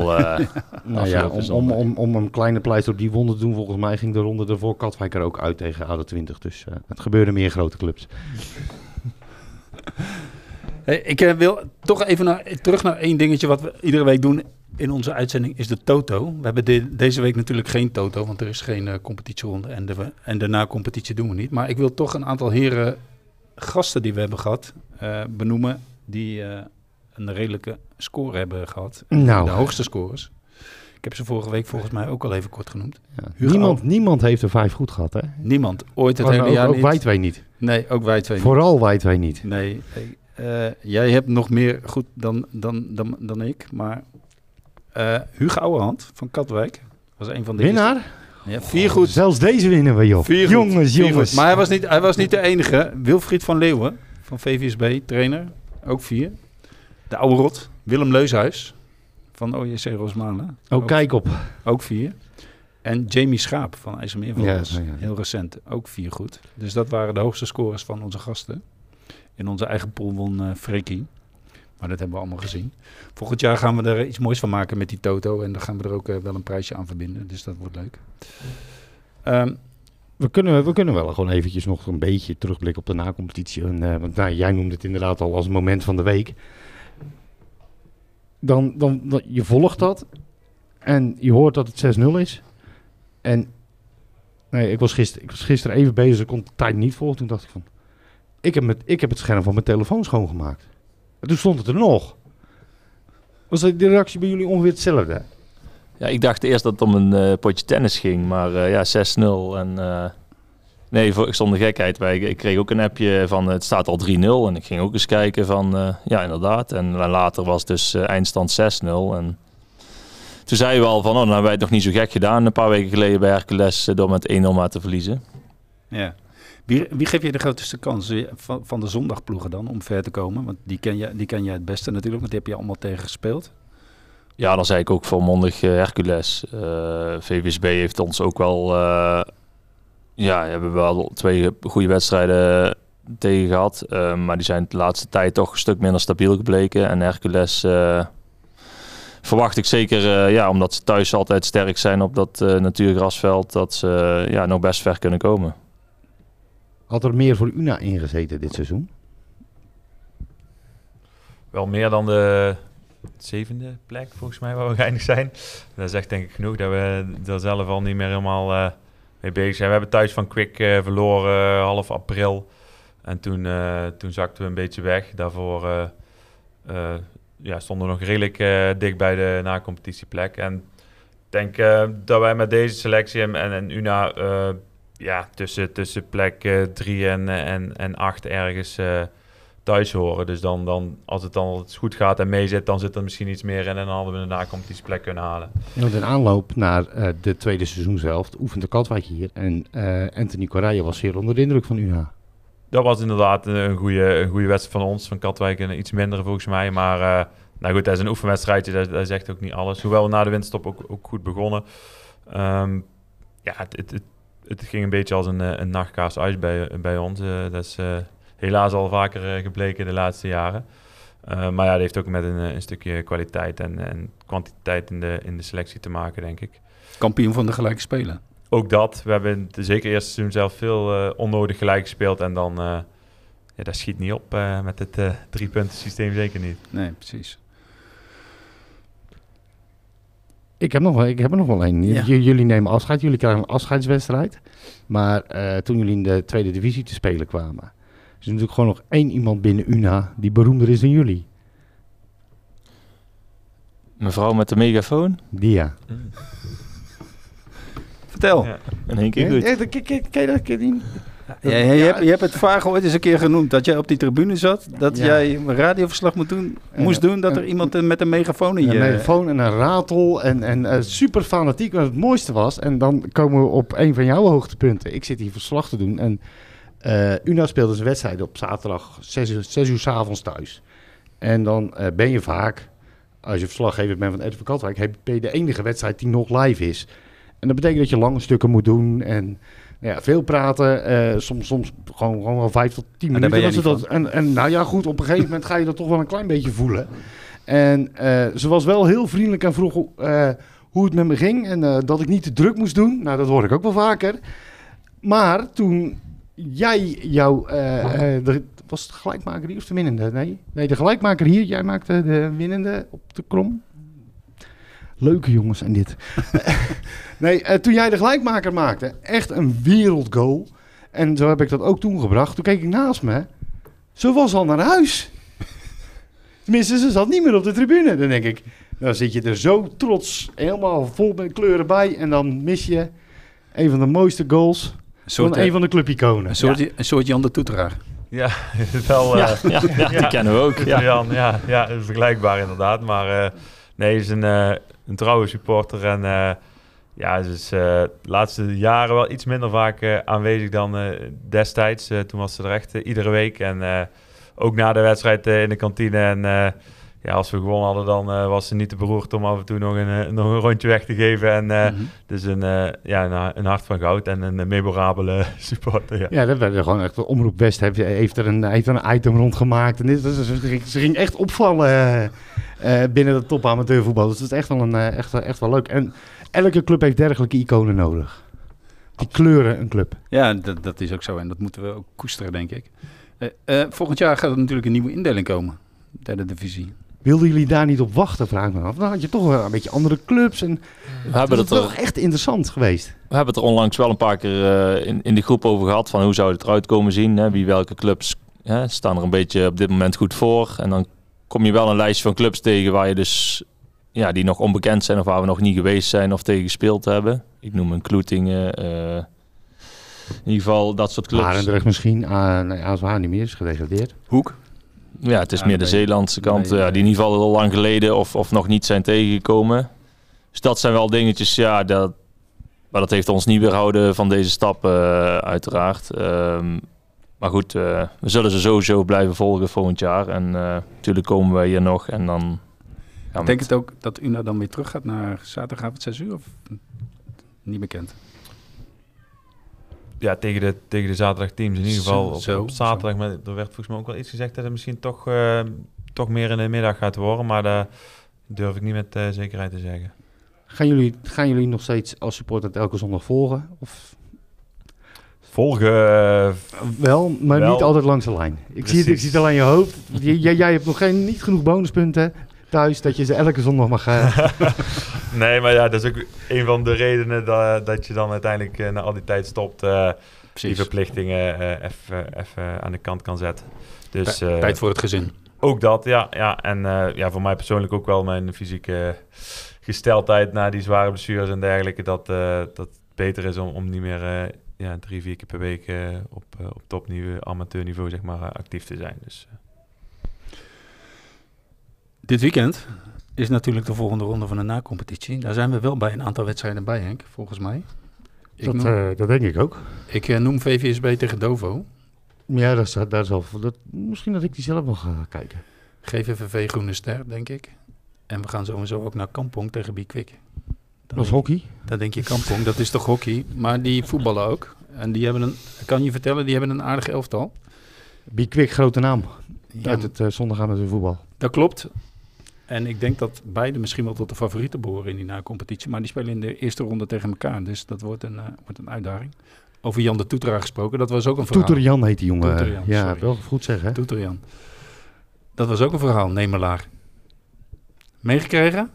Om een kleine pleister op die wonde te doen, volgens mij ging de ronde ervoor Katwijk er ook uit tegen ADO 20. Dus het gebeurde meer grote clubs. Hey, ik wil toch even terug naar één dingetje wat we iedere week doen in onze uitzending, is de Toto. We hebben deze week natuurlijk geen Toto, want er is geen competitieronde en de na-competitie doen we niet. Maar ik wil toch een aantal heren gasten die we hebben gehad benoemen, die een redelijke score hebben gehad. Nou. De hoogste scores. Ik heb ze vorige week volgens mij ook al even kort genoemd. Ja. Niemand heeft er 5 goed gehad, hè? Niemand. Ooit het hele jaar ook niet. wij twee niet. Nee, ook wij twee niet. Vooral wij twee niet. Nee, jij hebt nog meer goed dan ik. Maar Hugo Ouwehand van Katwijk was een van de Winnaar? Ja, 4 goed. Zelfs deze winnen we, joh. 4 Jongens. Goed. Maar hij was niet de enige. Wilfried van Leeuwen van VVSB, trainer. Ook 4. De oude rot, Willem Leushuis van OJC Rosmalen. Kijk op. Ook 4. En Jamie Schaap van IJsselmeervogels. Ja. Heel recent. Ook 4 goed. Dus dat waren de hoogste scores van onze gasten. In onze eigen pool won Freekie. Maar dat hebben we allemaal gezien. Volgend jaar gaan we er iets moois van maken met die Toto. En dan gaan we er ook wel een prijsje aan verbinden. Dus dat wordt leuk. We kunnen wel gewoon eventjes nog een beetje terugblikken op de na-competitie. Want jij noemde het inderdaad al als moment van de week. Dan je volgt dat. En je hoort dat het 6-0 is. En nee, ik was gisteren even bezig. Ik kon de tijd niet volgen. Toen dacht ik van... Ik heb het scherm van mijn telefoon schoongemaakt. En toen stond het er nog. Was de reactie bij jullie ongeveer hetzelfde? Ja, ik dacht eerst dat het om een potje tennis ging, maar 6-0. En nee, ik stond de gekheid bij. Ik kreeg ook een appje van het staat al 3-0. En ik ging ook eens kijken van, ja inderdaad. En later was dus eindstand 6-0. En toen zei we al van, dan hebben wij het nog niet zo gek gedaan. Een paar weken geleden bij Hercules door met 1-0 maar te verliezen. Ja. Wie geef je de grootste kans van de zondagploegen dan om ver te komen? Want die ken je het beste natuurlijk, want die heb je allemaal tegen gespeeld. Ja, dan zei ik ook volmondig Hercules. VVSB heeft ons ook wel... hebben we wel 2 goede wedstrijden tegen gehad. Maar die zijn de laatste tijd toch een stuk minder stabiel gebleken. En Hercules verwacht ik zeker, omdat ze thuis altijd sterk zijn op dat natuurgrasveld, dat ze nog best ver kunnen komen. Had er meer voor Una ingezeten dit seizoen? Wel meer dan de 7e plek volgens mij waar we geëindigd zijn. Dat is echt denk ik genoeg dat we er zelf al niet meer helemaal mee bezig zijn. We hebben thuis van Quick verloren half april. En toen zakten we een beetje weg. Daarvoor stonden we nog redelijk dicht bij de na-competitieplek. En ik denk dat wij met deze selectie en Una tussen plek 3 en 8 ergens thuis horen. Dus dan als het dan goed gaat en mee zit, dan zit er misschien iets meer in en dan hadden we een na-competitieplek kunnen halen. En in aanloop naar de tweede seizoenshelft oefende Katwijk hier en Anthony Correia was zeer onder de indruk van Una. Dat was inderdaad een goede wedstrijd van ons, van Katwijk, en iets minder volgens mij. Maar goed, dat is een oefenwedstrijdje, dat zegt ook niet alles. Hoewel we na de winterstop ook goed begonnen. Het ging een beetje als een nachtkaas uit bij ons. Dat is helaas al vaker gebleken de laatste jaren. Maar dat heeft ook met een stukje kwaliteit en kwantiteit in de selectie te maken, denk ik. Kampioen van de gelijke spelen. Ook dat. We hebben zeker eerste seizoen zelf veel onnodig gelijk gespeeld. En dan, dat schiet niet op met het 3-punten systeem, zeker niet. Nee, precies. Ik heb er nog wel één. Ja. Jullie nemen afscheid. Jullie krijgen een afscheidswedstrijd. Maar toen jullie in de tweede divisie te spelen kwamen, is er natuurlijk gewoon nog 1 iemand binnen Una die beroemder is dan jullie. Mevrouw met de megafoon? Dia. Vertel. Ja. In één keer goed. Je hebt het vaag ooit eens een keer genoemd dat jij op die tribune zat, dat jij een radioverslag moest doen, dat er iemand met een megafoon in je... Een megafoon en een ratel en super fanatiek. Wat het mooiste was, en dan komen we op een van jouw hoogtepunten. Ik zit hier verslag te doen en Una speelde zijn wedstrijd op zaterdag 6 uur 's avonds thuis. En dan ben je vaak, als je verslaggever bent van RTV Katwijk, ben je de enige wedstrijd die nog live is. En dat betekent dat je lange stukken moet doen en veel praten. Soms gewoon wel 5 tot 10 minuten. Daar ben je niet en nou ja, goed, op een gegeven moment ga je dat toch wel een klein beetje voelen. En ze was wel heel vriendelijk en vroeg hoe het met me ging. En dat ik niet te druk moest doen. Nou, dat hoor ik ook wel vaker. Maar toen was het de gelijkmaker hier of de winnende? Nee, de gelijkmaker hier. Jij maakte de winnende op de krom. Leuke jongens en dit. Toen jij de gelijkmaker maakte, echt een wereldgoal. En zo heb ik dat ook toen gebracht. Toen keek ik naast me. Ze was al naar huis. Tenminste, ze zat niet meer op de tribune. Dan denk ik, dan zit je er zo trots, helemaal vol met kleuren bij. En dan mis je een van de mooiste goals van een van de clubiconen. Een soort Jan de Toeteraar. Ja, wel... Ja, die kennen we ook. Ja. Jan, ja, vergelijkbaar inderdaad. Maar nee, hij is een trouwe supporter. En hij is de laatste jaren wel iets minder vaak aanwezig dan destijds. Toen was ze er echt iedere week. En ook na de wedstrijd in de kantine. En als we gewonnen hadden, dan was ze niet te beroerd om af en toe nog een rondje weg te geven. En dus een hart van goud en een memorabele supporter. Ja, dat werd gewoon echt. Omroep West heeft er een item rondgemaakt. En ze ging echt opvallen binnen de top amateurvoetbal. Dus dat is echt wel leuk. En elke club heeft dergelijke iconen nodig. Die kleuren een club. Ja, dat is ook zo. En dat moeten we ook koesteren, denk ik. Volgend jaar gaat er natuurlijk een nieuwe indeling komen. Derde divisie. Wilden jullie daar niet op wachten, vraag ik me af. Dan had je toch wel een beetje andere clubs. En het is wel echt interessant geweest. We hebben het er onlangs wel een paar keer in de groep over gehad. Van hoe zou het eruit komen zien. Hè? Welke clubs staan er een beetje op dit moment goed voor. En dan kom je wel een lijstje van clubs tegen waar je dus... Ja, die nog onbekend zijn of waar we nog niet geweest zijn of tegen gespeeld hebben. Ik noem een Kloetingen. In ieder geval dat soort clubs. Arendrecht misschien. ASWA niet meer, is gedegradeerd. Hoek. Ja, het is meer de Zeelandse kant. Die in ieder geval al lang geleden of nog niet zijn tegengekomen. Dus dat zijn wel dingetjes, maar dat heeft ons niet weerhouden van deze stap uiteraard. Maar goed, we zullen ze sowieso blijven volgen volgend jaar. En natuurlijk komen wij hier nog en dan... Denk het ook dat Una dan weer terug gaat naar zaterdagavond 6 uur of niet bekend? Ja, tegen de zaterdagteams in ieder geval op zaterdag. Maar er werd volgens mij ook wel iets gezegd dat het misschien toch meer in de middag gaat worden. Maar dat durf ik niet met zekerheid te zeggen. Gaan jullie nog steeds als supporter elke zondag volgen? Of... Volgen? Wel, maar niet altijd langs de lijn. Ik zie het al aan je hoofd. Jij hebt nog niet genoeg bonuspunten thuis dat je ze elke zondag mag gaan. Nee, maar ja, dat is ook een van de redenen dat je dan uiteindelijk na al die tijd stopt. Die verplichtingen even aan de kant kan zetten. Dus, tijd voor het gezin. Ook dat, ja. En voor mij persoonlijk ook wel mijn fysieke gesteldheid na die zware blessures en dergelijke. Dat het beter is om niet meer 3-4 keer per week op topniveau, amateurniveau zeg maar, actief te zijn. Dus... Dit weekend is natuurlijk de volgende ronde van de na-competitie. Daar zijn we wel bij een aantal wedstrijden bij, Henk, volgens mij. Dat denk ik ook. Ik noem VVSB tegen Dovo. Ja, misschien dat ik die zelf nog ga kijken. GVVV Groene Ster, denk ik. En we gaan sowieso ook naar Kampong tegen Bikwik. Dat is hockey. Dan denk je Kampong, dat is toch hockey. Maar die voetballen ook. En die hebben kan je vertellen, die hebben een aardig elftal. Bikwik, grote naam. Ja, uit het zondagavond voetbal. Dat klopt. En ik denk dat beide misschien wel tot de favorieten behoren in die na-competitie. Maar die spelen in de eerste ronde tegen elkaar. Dus dat wordt een uitdaging. Over Jan de Toeteraar gesproken, dat was ook een verhaal. Toeter Jan heet die jongen. Toeter Jan, ja, sorry. wel goed zeggen. Toeter Jan. Dat was ook een verhaal, Nemelaar. Meegekregen?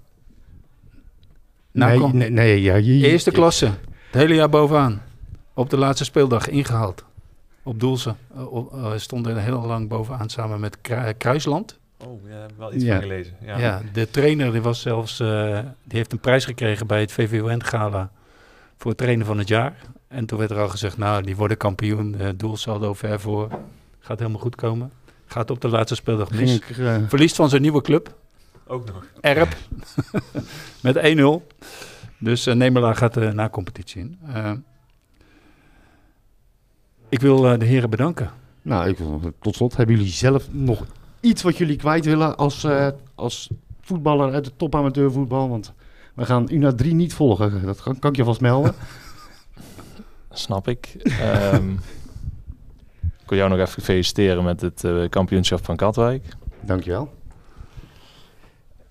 Nee. Eerste klasse. Het hele jaar bovenaan. Op de laatste speeldag ingehaald. Op Doelsen. Stonden heel lang bovenaan samen met Kruisland. Oh, ja, wel iets van gelezen. Ja, de trainer die was zelfs, die heeft een prijs gekregen bij het VVON Gala voor het trainer van het jaar. En toen werd er al gezegd, nou, die worden kampioen. Doelsaldo ver voor. Gaat helemaal goed komen. Gaat op de laatste speeldag mis. Verliest van zijn nieuwe club. Ook nog. Erp. Met 1-0. Dus Nemelaar gaat na competitie in. Ik wil de heren bedanken. Nou, tot slot, hebben jullie zelf nog iets wat jullie kwijt willen als voetballer uit de top amateurvoetbal? Want we gaan UNA 3 niet volgen. Dat kan ik je vast melden. Snap ik. Ik wil jou nog even feliciteren met het kampioenschap van Katwijk. Dankjewel.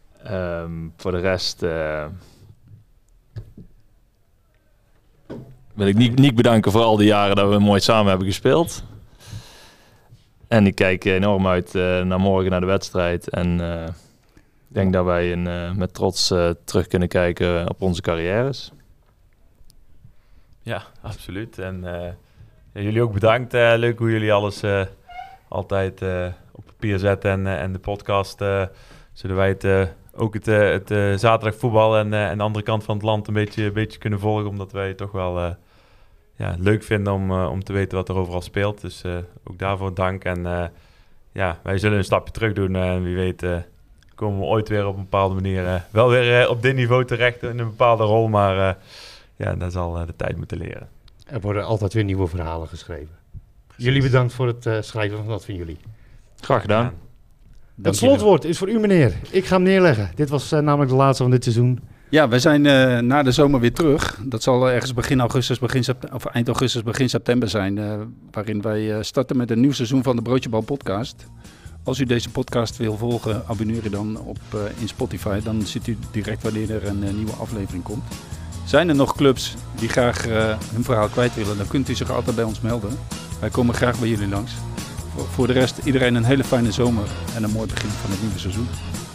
Voor de rest... wil ik Niek bedanken voor al die jaren dat we mooi samen hebben gespeeld. En ik kijk enorm uit naar morgen, naar de wedstrijd. En ik denk dat wij met trots terug kunnen kijken op onze carrières. Ja, absoluut. En jullie ook bedankt. Leuk hoe jullie alles altijd op papier zetten en de podcast. Zodat wij ook het zaterdagvoetbal en de andere kant van het land een beetje kunnen volgen. Omdat wij het toch wel leuk vinden om te weten wat er overal speelt. Dus ook daarvoor dank. En wij zullen een stapje terug doen. En wie weet komen we ooit weer op een bepaalde manier wel weer op dit niveau terecht in een bepaalde rol. Maar dat zal de tijd moeten leren. Er worden altijd weer nieuwe verhalen geschreven. Precies. Jullie bedankt voor het schrijven van dat van jullie. Graag gedaan. Het slotwoord is voor u, meneer. Ik ga hem neerleggen. Dit was namelijk de laatste van dit seizoen. Ja, we zijn na de zomer weer terug. Dat zal ergens begin augustus, eind augustus, begin september zijn. Waarin wij starten met een nieuw seizoen van de Broodjebal podcast. Als u deze podcast wil volgen, abonneer u dan in Spotify. Dan ziet u direct wanneer er een nieuwe aflevering komt. Zijn er nog clubs die graag hun verhaal kwijt willen, dan kunt u zich altijd bij ons melden. Wij komen graag bij jullie langs. Voor de rest, iedereen een hele fijne zomer en een mooi begin van het nieuwe seizoen.